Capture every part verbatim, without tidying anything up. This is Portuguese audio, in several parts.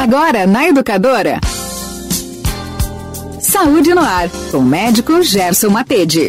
Agora na Educadora. Saúde no Ar, com o médico Gerson Matede.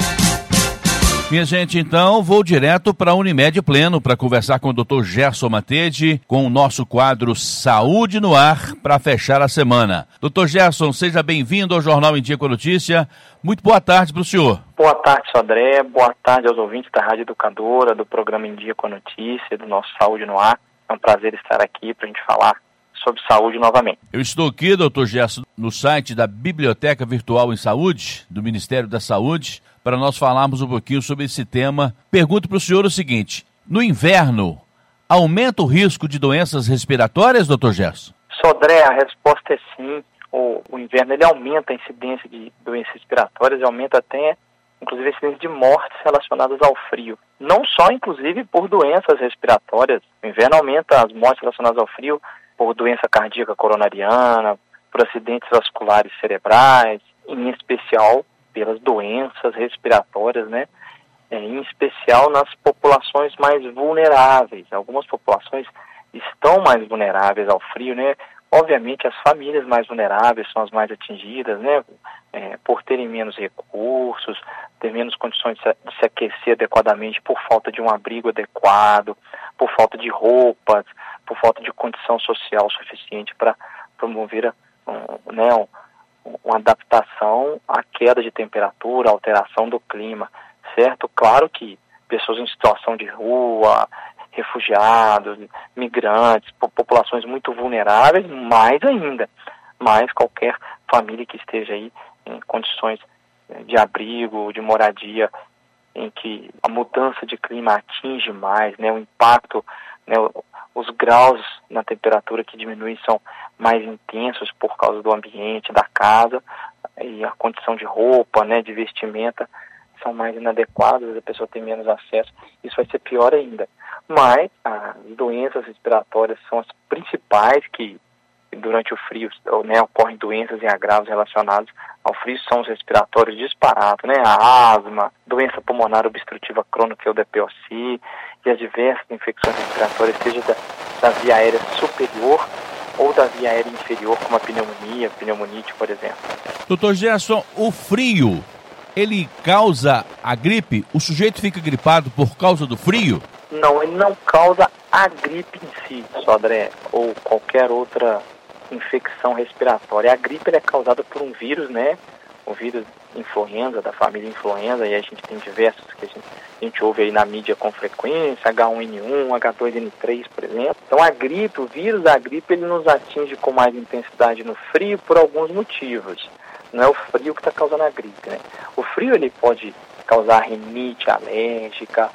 Minha gente, então, vou direto para a Unimed Pleno para conversar com o doutor Gerson Matede, com o nosso quadro Saúde no Ar, para fechar a semana. doutor Gerson, seja bem-vindo ao Jornal em Dia com a Notícia. Muito boa tarde para o senhor. Boa tarde, Sodré. Boa tarde aos ouvintes da Rádio Educadora, do programa Em Dia com a Notícia, do nosso Saúde no Ar. É um prazer estar aqui para a gente falar sobre saúde novamente. Eu estou aqui, doutor Gerson, no site da Biblioteca Virtual em Saúde, do Ministério da Saúde, para nós falarmos um pouquinho sobre esse tema. Pergunto para o senhor o seguinte: no inverno, aumenta o risco de doenças respiratórias, doutor Gerson? Sodré, a resposta é sim. O, o inverno ele aumenta a incidência de doenças respiratórias, aumenta até, inclusive, a incidência de mortes relacionadas ao frio. Não só, inclusive, por doenças respiratórias. O inverno aumenta as mortes relacionadas ao frio por doença cardíaca coronariana, por acidentes vasculares cerebrais, em especial pelas doenças respiratórias, né? É, em especial nas populações mais vulneráveis. Algumas populações estão mais vulneráveis ao frio, né? Obviamente, as famílias mais vulneráveis são as mais atingidas, né? É, por terem menos recursos, ter menos condições de se, de se aquecer adequadamente por falta de um abrigo adequado, por falta de roupas, por falta de condição social suficiente para promover um, né, um, uma adaptação à queda de temperatura, à alteração do clima, certo? Claro que pessoas em situação de rua, refugiados, migrantes, populações muito vulneráveis, mais ainda, mas qualquer família que esteja aí em condições de abrigo, de moradia, em que a mudança de clima atinge mais, né, o impacto, né, os graus na temperatura que diminuem são mais intensos por causa do ambiente, da casa, e a condição de roupa, né, de vestimenta, são mais inadequadas, a pessoa tem menos acesso, isso vai ser pior ainda. Mas as doenças respiratórias são as principais que, durante o frio, né, ocorrem doenças e agravos relacionados ao frio, são os respiratórios disparados, né, a asma, doença pulmonar obstrutiva crônica, que é o D P O C, e as diversas infecções respiratórias, seja da, da via aérea superior ou da via aérea inferior, como a pneumonia, pneumonite, por exemplo. doutor Gerson, o frio, ele causa a gripe? O sujeito fica gripado por causa do frio? Não, ele não causa a gripe em si, Sodré, ou qualquer outra infecção respiratória. A gripe ela é causada por um vírus, né? O vírus influenza, da família influenza, e a gente tem diversos que a gente, a gente ouve aí na mídia com frequência, H um N um, H dois N três, por exemplo. Então a gripe, o vírus da gripe, ele nos atinge com mais intensidade no frio por alguns motivos. Não é o frio que está causando a gripe, né? O frio ele pode causar rinite alérgica,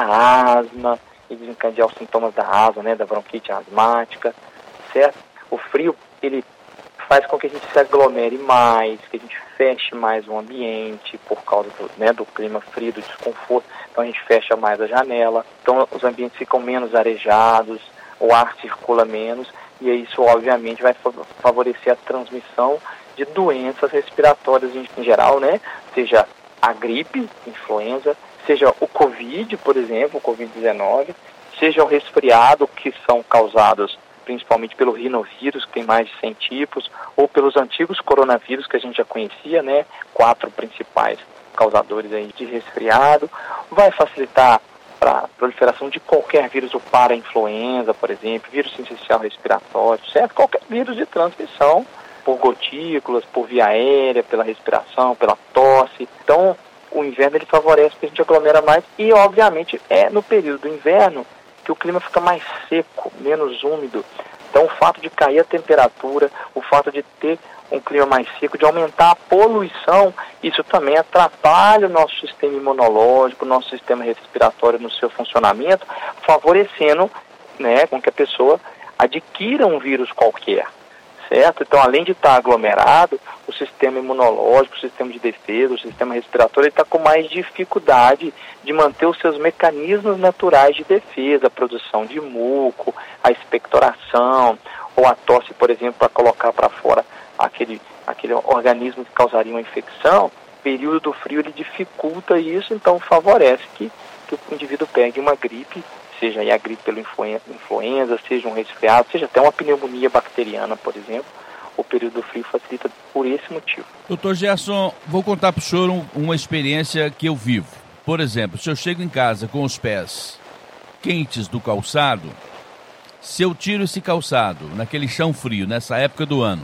a asma, e desencadear os sintomas da asma, né, da bronquite asmática, certo? O frio, ele faz com que a gente se aglomere mais, que a gente feche mais o ambiente por causa do, né, do clima frio, do desconforto. Então a gente fecha mais a janela, então os ambientes ficam menos arejados, o ar circula menos, e isso obviamente vai favorecer a transmissão de doenças respiratórias em, em geral, né? Seja a gripe, influenza, seja o Covid, por exemplo, o covid dezenove, seja o resfriado, que são causados principalmente pelo rinovírus, que tem mais de cem tipos, ou pelos antigos coronavírus que a gente já conhecia, né? Quatro principais causadores aí de resfriado. Vai facilitar para a proliferação de qualquer vírus, o para-influenza, por exemplo, vírus sincicial respiratório, certo? Qualquer vírus de transmissão por gotículas, por via aérea, pela respiração, pela tosse. Então, o inverno ele favorece que a gente aglomera mais e, obviamente, é no período do inverno que o clima fica mais seco, menos úmido. Então, o fato de cair a temperatura, o fato de ter um clima mais seco, de aumentar a poluição, isso também atrapalha o nosso sistema imunológico, o nosso sistema respiratório no seu funcionamento, favorecendo, né, com que a pessoa adquira um vírus qualquer. Certo? Então, além de estar aglomerado, o sistema imunológico, o sistema de defesa, o sistema respiratório está com mais dificuldade de manter os seus mecanismos naturais de defesa, a produção de muco, a expectoração, ou a tosse, por exemplo, para colocar para fora aquele, aquele organismo que causaria uma infecção. O período do frio ele dificulta isso, então favorece que, que o indivíduo pegue uma gripe, seja aí a gripe pela influenza, seja um resfriado, seja até uma pneumonia bacteriana, por exemplo, o período frio facilita por esse motivo. Doutor Gerson, vou contar para o senhor um, uma experiência que eu vivo. Por exemplo, se eu chego em casa com os pés quentes do calçado, se eu tiro esse calçado naquele chão frio, nessa época do ano,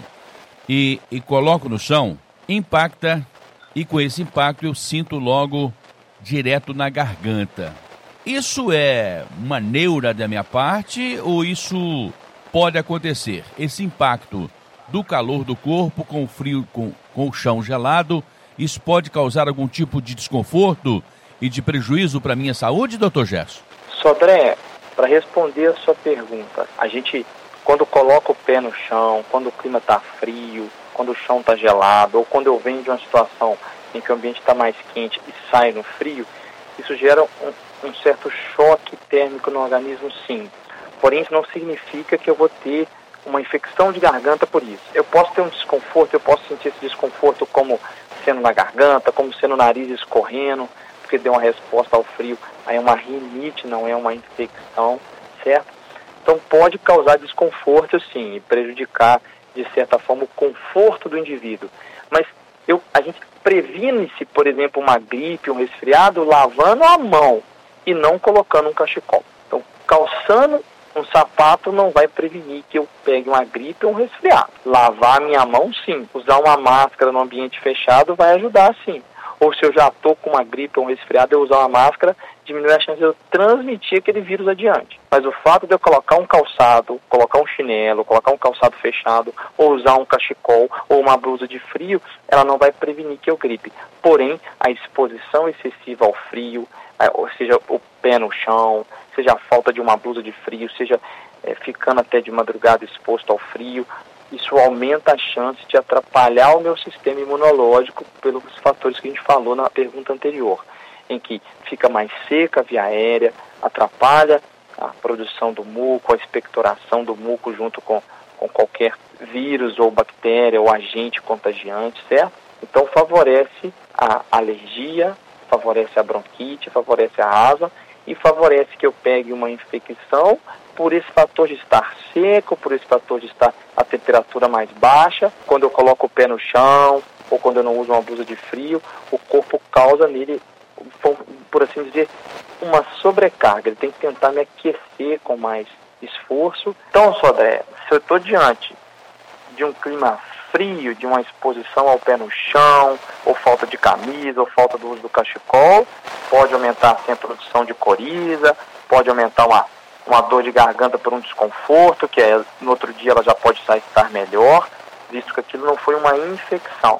e, e coloco no chão, impacta, e com esse impacto eu sinto logo direto na garganta. Isso é uma neura da minha parte ou isso pode acontecer? Esse impacto do calor do corpo com o frio, com, com o chão gelado, isso pode causar algum tipo de desconforto e de prejuízo para a minha saúde, doutor Gerson? Sodré, para responder a sua pergunta, a gente, quando coloca o pé no chão, quando o clima está frio, quando o chão está gelado, ou quando eu venho de uma situação em que o ambiente está mais quente e sai no frio, isso gera um, um certo choque térmico no organismo, sim. Porém, isso não significa que eu vou ter uma infecção de garganta por isso. Eu posso ter um desconforto, eu posso sentir esse desconforto como sendo na garganta, como sendo o nariz escorrendo, porque deu uma resposta ao frio, aí é uma rinite, não é uma infecção, certo? Então pode causar desconforto, sim, e prejudicar, de certa forma, o conforto do indivíduo. Mas eu, a gente previne-se, por exemplo, uma gripe, um resfriado, lavando a mão e não colocando um cachecol. Então, calçando um sapato não vai prevenir que eu pegue uma gripe ou um resfriado. Lavar a minha mão, sim. Usar uma máscara no ambiente fechado vai ajudar, sim. Ou se eu já estou com uma gripe ou um resfriado, eu usar uma máscara, diminui a chance de eu transmitir aquele vírus adiante. Mas o fato de eu colocar um calçado, colocar um chinelo, colocar um calçado fechado, ou usar um cachecol ou uma blusa de frio, ela não vai prevenir que eu gripe. Porém, a exposição excessiva ao frio, ou seja, o pé no chão, seja a falta de uma blusa de frio, seja é, ficando até de madrugada exposto ao frio, isso aumenta a chance de atrapalhar o meu sistema imunológico pelos fatores que a gente falou na pergunta anterior, em que fica mais seca a via aérea, atrapalha a produção do muco, a expectoração do muco junto com, com qualquer vírus ou bactéria ou agente contagiante, certo? Então favorece a alergia, favorece a bronquite, favorece a asma e favorece que eu pegue uma infecção por esse fator de estar seco, por esse fator de estar a temperatura mais baixa. Quando eu coloco o pé no chão ou quando eu não uso uma blusa de frio, o corpo causa nele, por assim dizer, uma sobrecarga. Ele tem que tentar me aquecer com mais esforço. Então, Sodré, se eu estou diante de um clima frio, de uma exposição ao pé no chão, ou falta de camisa, ou falta do uso do cachecol, pode aumentar assim, a produção de coriza, pode aumentar uma, uma dor de garganta por um desconforto, que é, no outro dia ela já pode estar melhor, visto que aquilo não foi uma infecção.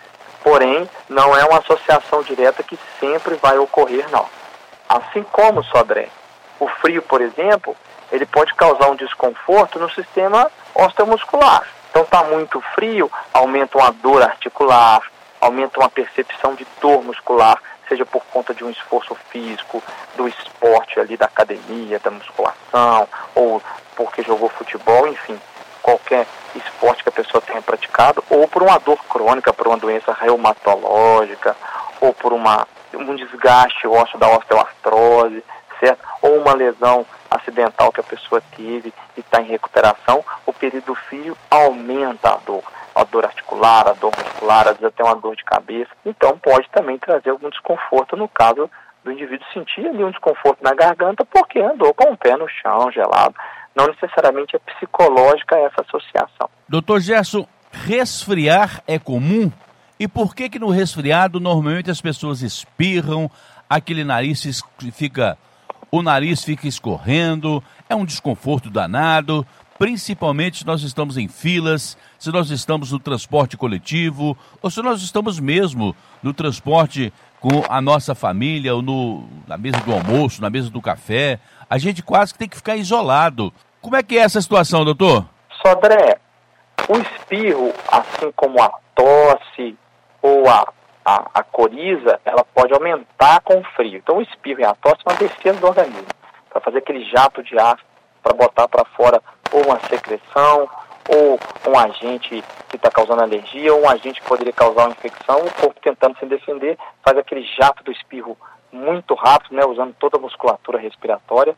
Porém, não é uma associação direta que sempre vai ocorrer, não. Assim como, Sodré, o frio, por exemplo, ele pode causar um desconforto no sistema osteomuscular. Então está muito frio, aumenta uma dor articular, aumenta uma percepção de dor muscular, seja por conta de um esforço físico, do esporte ali, da academia, da musculação, ou porque jogou futebol, enfim, qualquer esporte que a pessoa tenha praticado, ou por uma dor crônica, por uma doença reumatológica, ou por uma, um desgaste ósseo da osteoartrose, certo? Ou uma lesão acidental que a pessoa teve e está em recuperação, o período frio aumenta a dor, a dor articular, a dor muscular, às vezes até uma dor de cabeça. Então pode também trazer algum desconforto no caso do indivíduo sentir ali um desconforto na garganta porque andou com o pé no chão gelado. Não necessariamente é psicológica essa associação. Doutor Gerson, resfriar é comum? E por que que no resfriado normalmente as pessoas espirram, aquele nariz fica... O nariz fica escorrendo, é um desconforto danado, principalmente se nós estamos em filas, se nós estamos no transporte coletivo, ou se nós estamos mesmo no transporte com a nossa família, ou no, na mesa do almoço, na mesa do café. A gente quase que tem que ficar isolado. Como é que é essa situação, doutor? Sodré, o espirro, assim como a tosse ou a A, a coriza, ela pode aumentar com o frio. Então o espirro e a tosse são uma defesa do organismo, para fazer aquele jato de ar, para botar para fora ou uma secreção, ou um agente que está causando alergia, ou um agente que poderia causar uma infecção, o corpo tentando se defender, faz aquele jato do espirro muito rápido, né, usando toda a musculatura respiratória,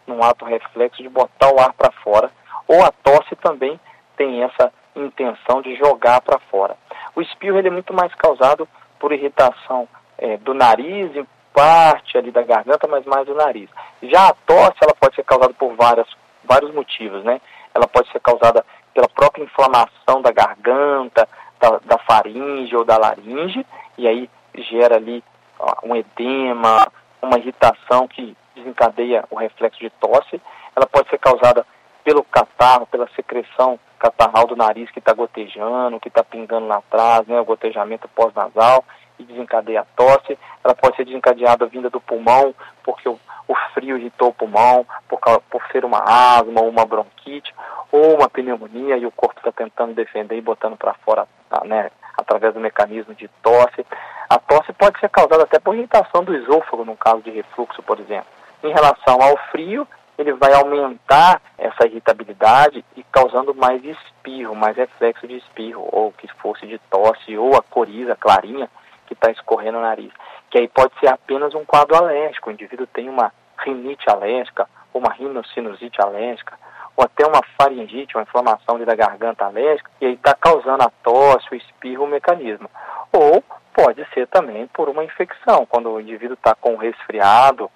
num ato reflexo de botar o ar para fora, ou a tosse também tem essa intenção de jogar para fora. O espirro ele é muito mais causado por irritação é, do nariz, em parte ali da garganta, mas mais do nariz. Já a tosse, ela pode ser causada por várias, vários motivos, né? Ela pode ser causada pela própria inflamação da garganta, da, da faringe ou da laringe, e aí gera ali ó, um edema, uma irritação que desencadeia o reflexo de tosse. Ela pode ser causada pelo catarro, pela secreção catarral do nariz que está gotejando, que está pingando lá atrás, né, o gotejamento pós-nasal, e desencadeia a tosse. Ela pode ser desencadeada vinda do pulmão, porque o, o frio irritou o pulmão, por, por ser uma asma ou uma bronquite, ou uma pneumonia, e o corpo está tentando defender e botando para fora, né, através do mecanismo de tosse. A tosse pode ser causada até por irritação do esôfago, no caso de refluxo, por exemplo. Em relação ao frio, ele vai aumentar essa irritabilidade e causando mais espirro, mais reflexo de espirro, ou que fosse de tosse, ou a coriza, a clarinha, que está escorrendo no nariz. Que aí pode ser apenas um quadro alérgico, o indivíduo tem uma rinite alérgica, ou uma rinocinusite alérgica, ou até uma faringite, uma inflamação ali da garganta alérgica, e aí está causando a tosse, o espirro, o mecanismo. Ou pode ser também por uma infecção, quando o indivíduo está com resfriado,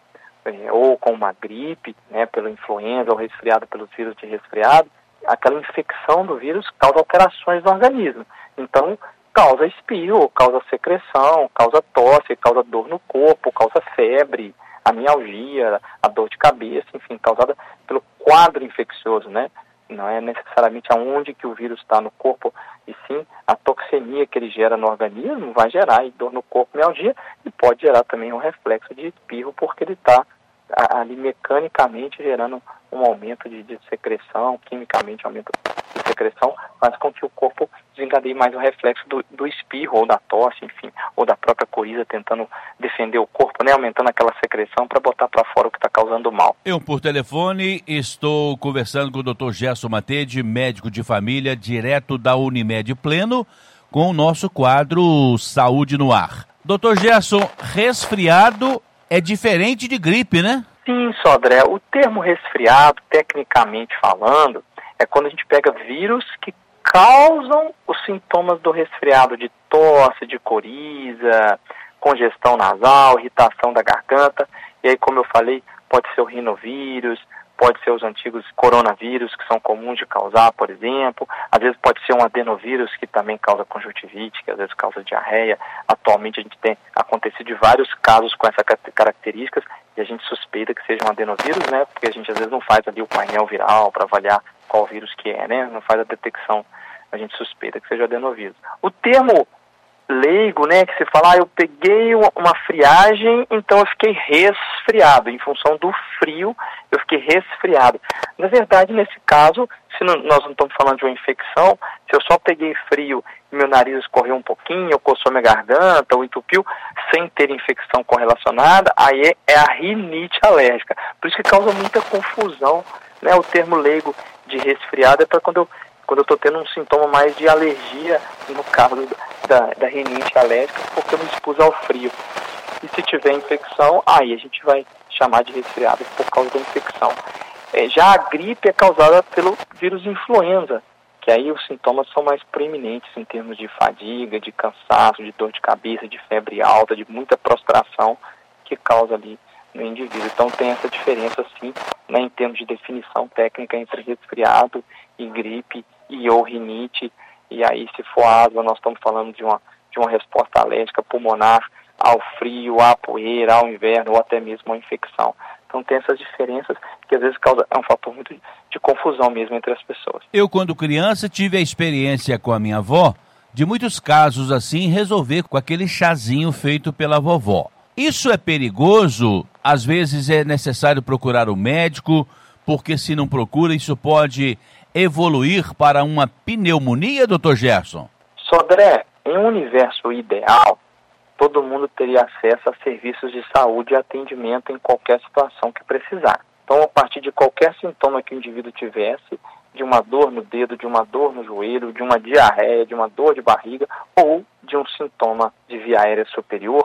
ou com uma gripe, né, pela influenza, ou resfriado pelos vírus de resfriado, aquela infecção do vírus causa alterações no organismo. Então, causa espirro, causa secreção, causa tosse, causa dor no corpo, causa febre, a mialgia, a dor de cabeça, enfim, causada pelo quadro infeccioso, né? Não é necessariamente aonde que o vírus está no corpo, e sim a toxemia que ele gera no organismo vai gerar aí dor no corpo, mialgia, e pode gerar também um reflexo de espirro, porque ele está ali mecanicamente gerando um aumento de, de secreção, quimicamente aumento de secreção, faz com que o corpo desencadeie mais o reflexo do, do espirro, ou da tosse, enfim, ou da própria coriza tentando defender o corpo, né, aumentando aquela secreção para botar para fora o que está causando mal. Eu, por telefone, estou conversando com o doutor Gerson Matede, médico de família, direto da Unimed Pleno, com o nosso quadro Saúde no Ar. doutor Gerson, resfriado é diferente de gripe, né? Sim, Sodré. O termo resfriado, tecnicamente falando, é quando a gente pega vírus que causam os sintomas do resfriado, de tosse, de coriza, congestão nasal, irritação da garganta. E aí, como eu falei, pode ser o rinovírus, pode ser os antigos coronavírus, que são comuns de causar, por exemplo. Às vezes pode ser um adenovírus, que também causa conjuntivite, que às vezes causa diarreia. Atualmente a gente tem acontecido vários casos com essas características, e a gente suspeita que seja um adenovírus, né? Porque a gente às vezes não faz ali o painel viral para avaliar qual vírus que é, né? Não faz a detecção, a gente suspeita que seja adenovírus. O termo leigo, né, que você fala, ah, eu peguei uma friagem, então eu fiquei resfriado, em função do frio, eu fiquei resfriado. Na verdade, nesse caso, se não, nós não estamos falando de uma infecção, se eu só peguei frio e meu nariz escorreu um pouquinho, ou coçou minha garganta, ou entupiu, sem ter infecção correlacionada, aí é, é a rinite alérgica. Por isso que causa muita confusão, né, o termo leigo de resfriado é para quando eu quando eu estou tendo um sintoma mais de alergia, no caso da, da rinite alérgica, porque eu me expus ao frio. E se tiver infecção, aí a gente vai chamar de resfriado por causa da infecção. É, já a gripe é causada pelo vírus influenza, que aí os sintomas são mais preeminentes em termos de fadiga, de cansaço, de dor de cabeça, de febre alta, de muita prostração que causa ali no indivíduo. Então tem essa diferença, sim, né, em termos de definição técnica entre resfriado e gripe e ou rinite, e aí se for asma, nós estamos falando de uma, de uma resposta alérgica pulmonar ao frio, à poeira, ao inverno, ou até mesmo à infecção. Então tem essas diferenças que às vezes causa, é um fator muito de confusão mesmo entre as pessoas. Eu, quando criança, tive a experiência com a minha avó, de muitos casos assim, resolver com aquele chazinho feito pela vovó. Isso é perigoso? Às vezes é necessário procurar o médico, porque se não procura, isso pode evoluir para uma pneumonia, doutor Gerson? Sodré, em um universo ideal, todo mundo teria acesso a serviços de saúde e atendimento em qualquer situação que precisar. Então, a partir de qualquer sintoma que o indivíduo tivesse, de uma dor no dedo, de uma dor no joelho, de uma diarreia, de uma dor de barriga, ou de um sintoma de via aérea superior,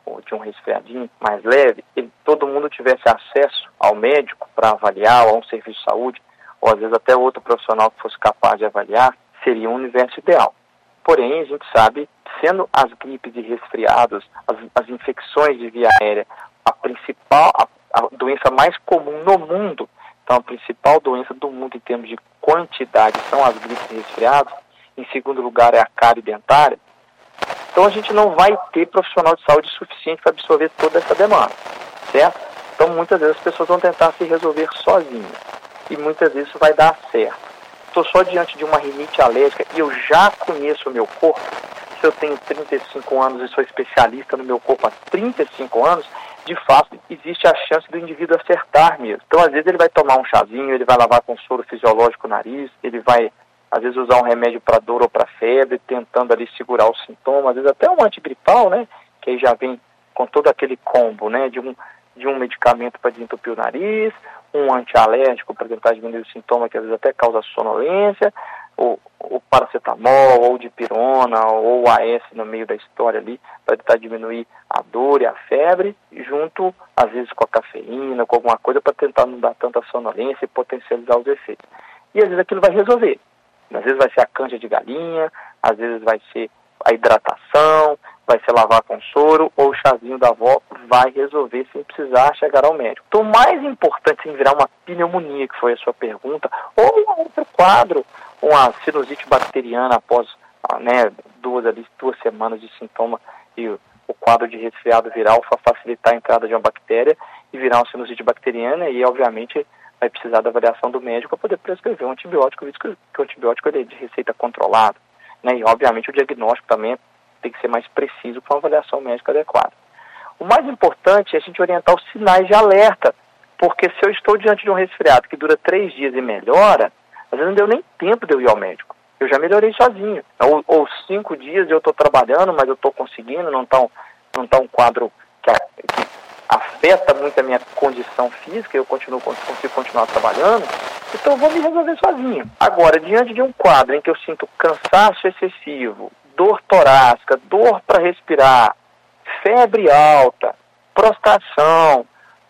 ou de um resfriadinho mais leve, ele, todo mundo tivesse acesso ao médico para avaliar, ou a um serviço de saúde, ou às vezes até outro profissional que fosse capaz de avaliar, seria um universo ideal. Porém, a gente sabe, sendo as gripes e resfriados, as, as infecções de via aérea, a principal, a, a doença mais comum no mundo, então a principal doença do mundo em termos de quantidade são as gripes e resfriados, em segundo lugar é a cárie dentária, então a gente não vai ter profissional de saúde suficiente para absorver toda essa demanda, certo? Então muitas vezes as pessoas vão tentar se resolver sozinhas, e muitas vezes isso vai dar certo. Estou só diante de uma rinite alérgica e eu já conheço o meu corpo, se eu tenho trinta e cinco anos e sou especialista no meu corpo há trinta e cinco anos, de fato existe a chance do indivíduo acertar mesmo. Então às vezes ele vai tomar um chazinho, ele vai lavar com soro fisiológico o nariz, ele vai às vezes usar um remédio para dor ou para febre, tentando ali segurar os sintomas, às vezes até um antigripal, né, que aí já vem com todo aquele combo, né, de um, de um medicamento para desentupir o nariz, um antialérgico para tentar diminuir o sintoma que às vezes até causa sonolência, o, o paracetamol, ou dipirona, ou o A S no meio da história ali, para tentar diminuir a dor e a febre, junto às vezes com a cafeína, com alguma coisa para tentar não dar tanta sonolência e potencializar os efeitos. E às vezes aquilo vai resolver. Às vezes vai ser a canja de galinha, às vezes vai ser a hidratação, vai ser lavar com soro, ou o chazinho da avó vai resolver sem precisar chegar ao médico. Então, o mais importante sem virar uma pneumonia, que foi a sua pergunta, ou um outro quadro, uma sinusite bacteriana após né, duas, ali, duas semanas de sintoma e o, o quadro de resfriado viral para facilitar a entrada de uma bactéria e virar uma sinusite bacteriana e, obviamente, vai precisar da avaliação do médico para poder prescrever um antibiótico, visto que, que o antibiótico ele é de receita controlada. Né, e, obviamente, o diagnóstico também tem que ser mais preciso com a avaliação médica adequada. O mais importante é a gente orientar os sinais de alerta, porque se eu estou diante de um resfriado que dura três dias e melhora, às vezes não deu nem tempo de eu ir ao médico. Eu já melhorei sozinho. Ou, ou cinco dias eu estou trabalhando, mas eu estou conseguindo, não está não tá um quadro que, que afeta muito a minha condição física, eu continuo, consigo continuar trabalhando, então eu vou me resolver sozinho. Agora, diante de um quadro em que eu sinto cansaço excessivo, dor torácica, dor para respirar, febre alta, prostração,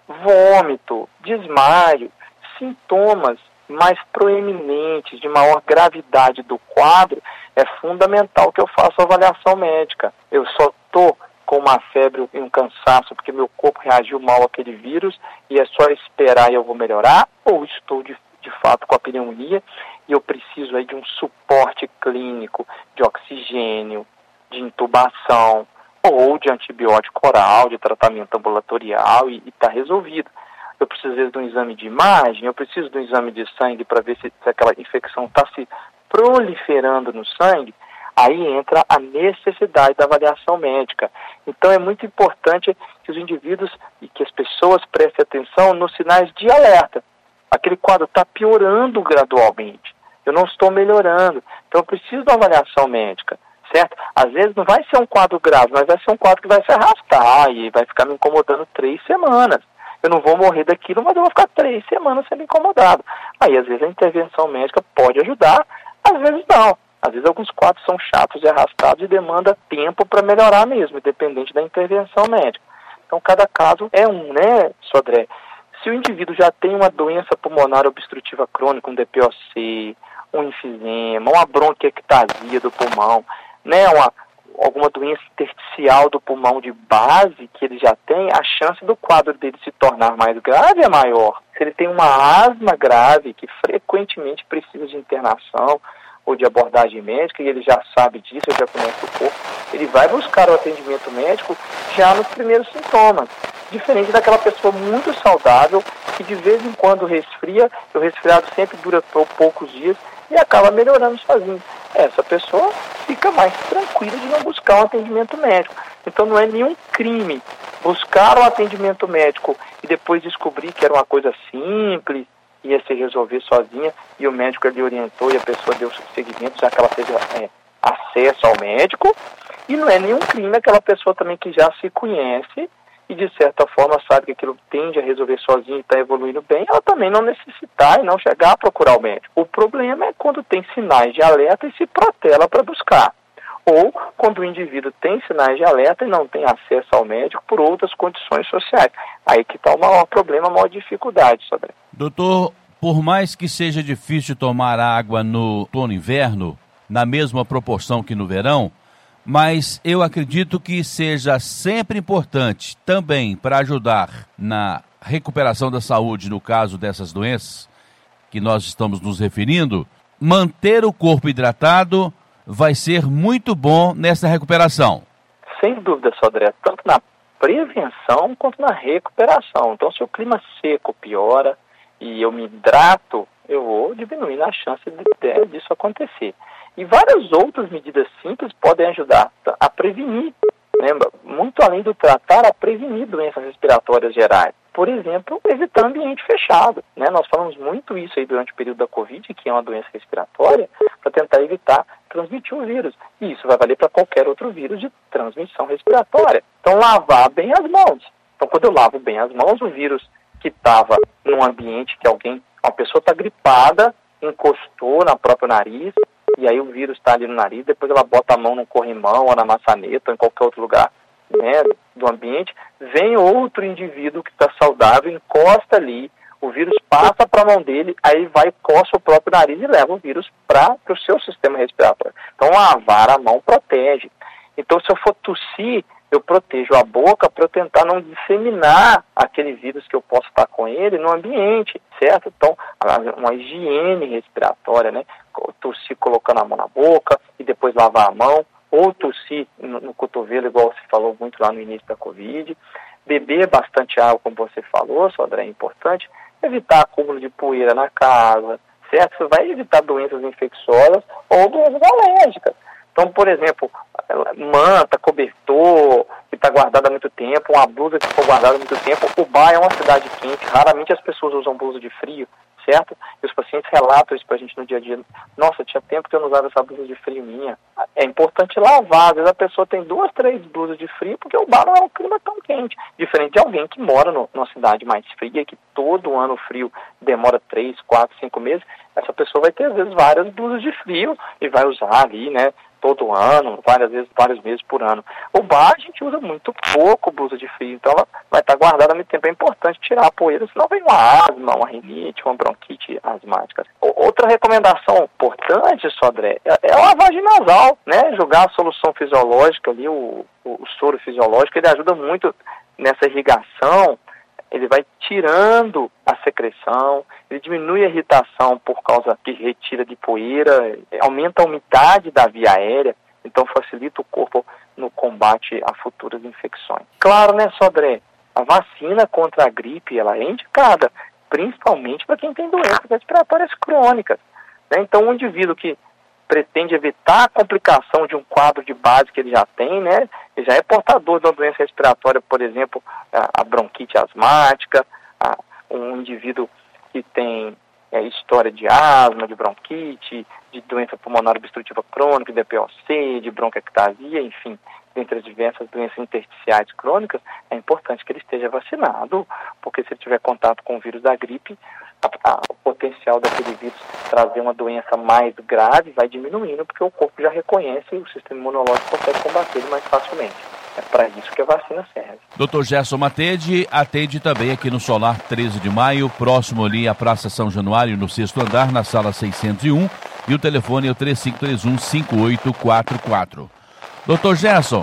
vômito, desmaio, sintomas mais proeminentes, de maior gravidade do quadro, é fundamental que eu faça a avaliação médica. Eu só estou com uma febre e um cansaço porque meu corpo reagiu mal àquele vírus e é só esperar e eu vou melhorar, ou estou de, de fato com a pneumonia e eu preciso aí de um suporte clínico, de oxigênio, de intubação, ou de antibiótico oral, de tratamento ambulatorial e está resolvido. Eu preciso, às vezes, de um exame de imagem, eu preciso de um exame de sangue para ver se, se aquela infecção está se proliferando no sangue, aí entra a necessidade da avaliação médica. Então é muito importante que os indivíduos e que as pessoas prestem atenção nos sinais de alerta. Aquele quadro está piorando gradualmente, eu não estou melhorando, então eu preciso de uma avaliação médica, certo? Às vezes não vai ser um quadro grave, mas vai ser um quadro que vai se arrastar e vai ficar me incomodando três semanas. Eu não vou morrer daquilo, mas eu vou ficar três semanas sendo incomodado. Aí, às vezes, a intervenção médica pode ajudar, às vezes não. Às vezes, alguns quadros são chatos e arrastados e demanda tempo para melhorar mesmo, independente da intervenção médica. Então, cada caso é um, né, Sodré? Se o indivíduo já tem uma doença pulmonar obstrutiva crônica, um D P O C, um enfisema, uma bronquiectasia do pulmão, né, uma... alguma doença intersticial do pulmão de base que ele já tem, a chance do quadro dele se tornar mais grave é maior. Se ele tem uma asma grave, que frequentemente precisa de internação ou de abordagem médica, e ele já sabe disso, ele já conhece o corpo, ele vai buscar o atendimento médico já nos primeiros sintomas. Diferente daquela pessoa muito saudável, que de vez em quando resfria, o resfriado sempre dura por poucos dias, e acaba melhorando sozinho. Essa pessoa fica mais tranquila de não buscar um atendimento médico. Então não é nenhum crime buscar um atendimento médico e depois descobrir que era uma coisa simples, ia se resolver sozinha, e o médico lhe orientou e a pessoa deu seguimento, já que ela teve é, acesso ao médico. E não é nenhum crime aquela pessoa também que já se conhece e de certa forma sabe que aquilo tende a resolver sozinho e está evoluindo bem, ela também não necessitar e não chegar a procurar o médico. O problema é quando tem sinais de alerta e se protela para buscar. ou quando o indivíduo tem sinais de alerta e não tem acesso ao médico por outras condições sociais. Aí que está o maior problema, a maior dificuldade, Sodré. Doutor, por mais que seja difícil tomar água no outono e inverno, na mesma proporção que no verão, mas eu acredito que seja sempre importante também para ajudar na recuperação da saúde no caso dessas doenças que nós estamos nos referindo, manter o corpo hidratado vai ser muito bom nessa recuperação. Sem dúvida, Sodré, tanto na prevenção quanto na recuperação. Então, se o clima seco piora e eu me hidrato, eu vou diminuindo a chance de, disso acontecer. E várias outras medidas simples podem ajudar a prevenir, lembra? Muito além do tratar, a prevenir doenças respiratórias gerais. Por exemplo, evitar ambiente fechado, né? Nós falamos muito isso aí durante o período da Covid, que é uma doença respiratória, para tentar evitar transmitir o vírus. E isso vai valer para qualquer outro vírus de transmissão respiratória. Então, lavar bem as mãos. Então, quando eu lavo bem as mãos, o vírus que estava num ambiente que alguém, uma pessoa está gripada, encostou na próprio nariz, e aí o vírus está ali no nariz, depois ela bota a mão no corrimão ou na maçaneta ou em qualquer outro lugar, né, do ambiente, vem outro indivíduo que está saudável, encosta ali, o vírus passa para a mão dele, aí vai, coça o próprio nariz e leva o vírus para o seu sistema respiratório. Então, lavar a mão protege. Então, se eu for tossir, eu protejo a boca para eu tentar não disseminar aquele vírus que eu posso estar com ele no ambiente, certo? Então, uma higiene respiratória, né? Tossir colocando a mão na boca e depois lavar a mão, ou tossir no, no cotovelo, igual você falou muito lá no início da Covid. Beber bastante água, como você falou, Sodré, é importante. Evitar acúmulo de poeira na casa, certo? Isso vai evitar doenças infecciosas ou doenças alérgicas. Então, por exemplo, manta, cobertor, que está guardada há muito tempo, uma blusa que ficou guardada há muito tempo. O bar é uma cidade quente, raramente as pessoas usam blusa de frio, certo? E os pacientes relatam isso para a gente no dia a dia. Nossa, tinha tempo que eu não usava essa blusa de frio minha. É importante lavar. Às vezes a pessoa tem duas, três blusas de frio porque o bar não é um clima tão quente. Diferente de alguém que mora no, numa cidade mais fria, que todo ano o frio demora três, quatro, cinco meses. Essa pessoa vai ter, às vezes, várias blusas de frio e vai usar ali, né? Todo ano, várias vezes, vários meses por ano. O bar a gente usa muito pouco blusa de frio, então ela vai estar guardada há muito tempo. É importante tirar a poeira, senão vem uma asma, uma rinite, uma bronquite asmática. Outra recomendação importante, Sodré, é a lavagem nasal, né? Jogar a solução fisiológica ali, o, o, o soro fisiológico, ele ajuda muito nessa irrigação. Ele vai tirando a secreção, ele diminui a irritação por causa que retira de poeira, aumenta a umidade da via aérea, então facilita o corpo no combate a futuras infecções. Claro, né, Sodré? A vacina contra a gripe, ela é indicada, principalmente para quem tem doenças respiratórias crônicas, né? Então, um indivíduo que pretende evitar a complicação de um quadro de base que ele já tem, né? Ele já é portador de uma doença respiratória, por exemplo, a, a bronquite asmática, a, um indivíduo que tem é, história de asma, de bronquite, de doença pulmonar obstrutiva crônica, de D P O C, de bronquiectasia, enfim, dentre as diversas doenças intersticiais crônicas, é importante que ele esteja vacinado, porque se ele tiver contato com o vírus da gripe, a, a, o potencial daquele vírus trazer uma doença mais grave vai diminuindo, porque o corpo já reconhece e o sistema imunológico consegue combater ele mais facilmente. É para isso que a vacina serve. doutor Gerson Matede atende também aqui no Solar treze de maio, próximo ali à Praça São Januário, no sexto andar, na sala seiscentos e um, e o telefone é o três cinco três um, cinco oito quatro quatro. doutor Gerson,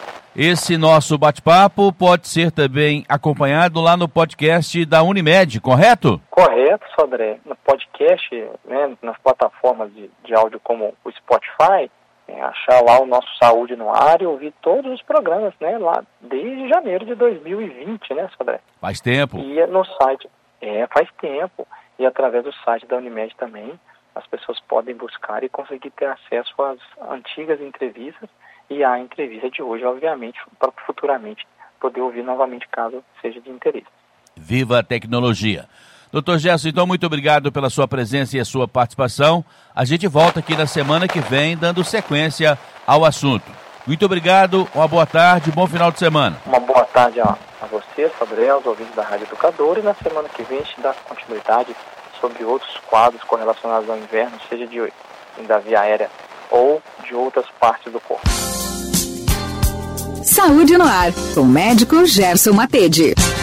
esse nosso bate-papo pode ser também acompanhado lá no podcast da Unimed, correto? Correto, Sodré. No podcast, né, nas plataformas de, de áudio como o Spotify, é, achar lá o nosso Saúde no Ar e ouvir todos os programas, né, lá desde janeiro de dois mil e vinte, né, Sodré? Faz tempo. E no site, é, faz tempo. E através do site da Unimed também, as pessoas podem buscar e conseguir ter acesso às antigas entrevistas e à entrevista de hoje, obviamente, para futuramente poder ouvir novamente, caso seja de interesse. Viva a tecnologia! doutor Gerson, então, muito obrigado pela sua presença e a sua participação. A gente volta aqui na semana que vem, dando sequência ao assunto. Muito obrigado, uma boa tarde, bom final de semana. Uma boa tarde a, a você, Sodré, aos ouvintes da Rádio Educadora, e na semana que vem a gente dá continuidade sobre outros quadros correlacionados ao inverno, seja de, da via aérea ou de outras partes do corpo. Saúde no ar, com o médico Gerson Matede.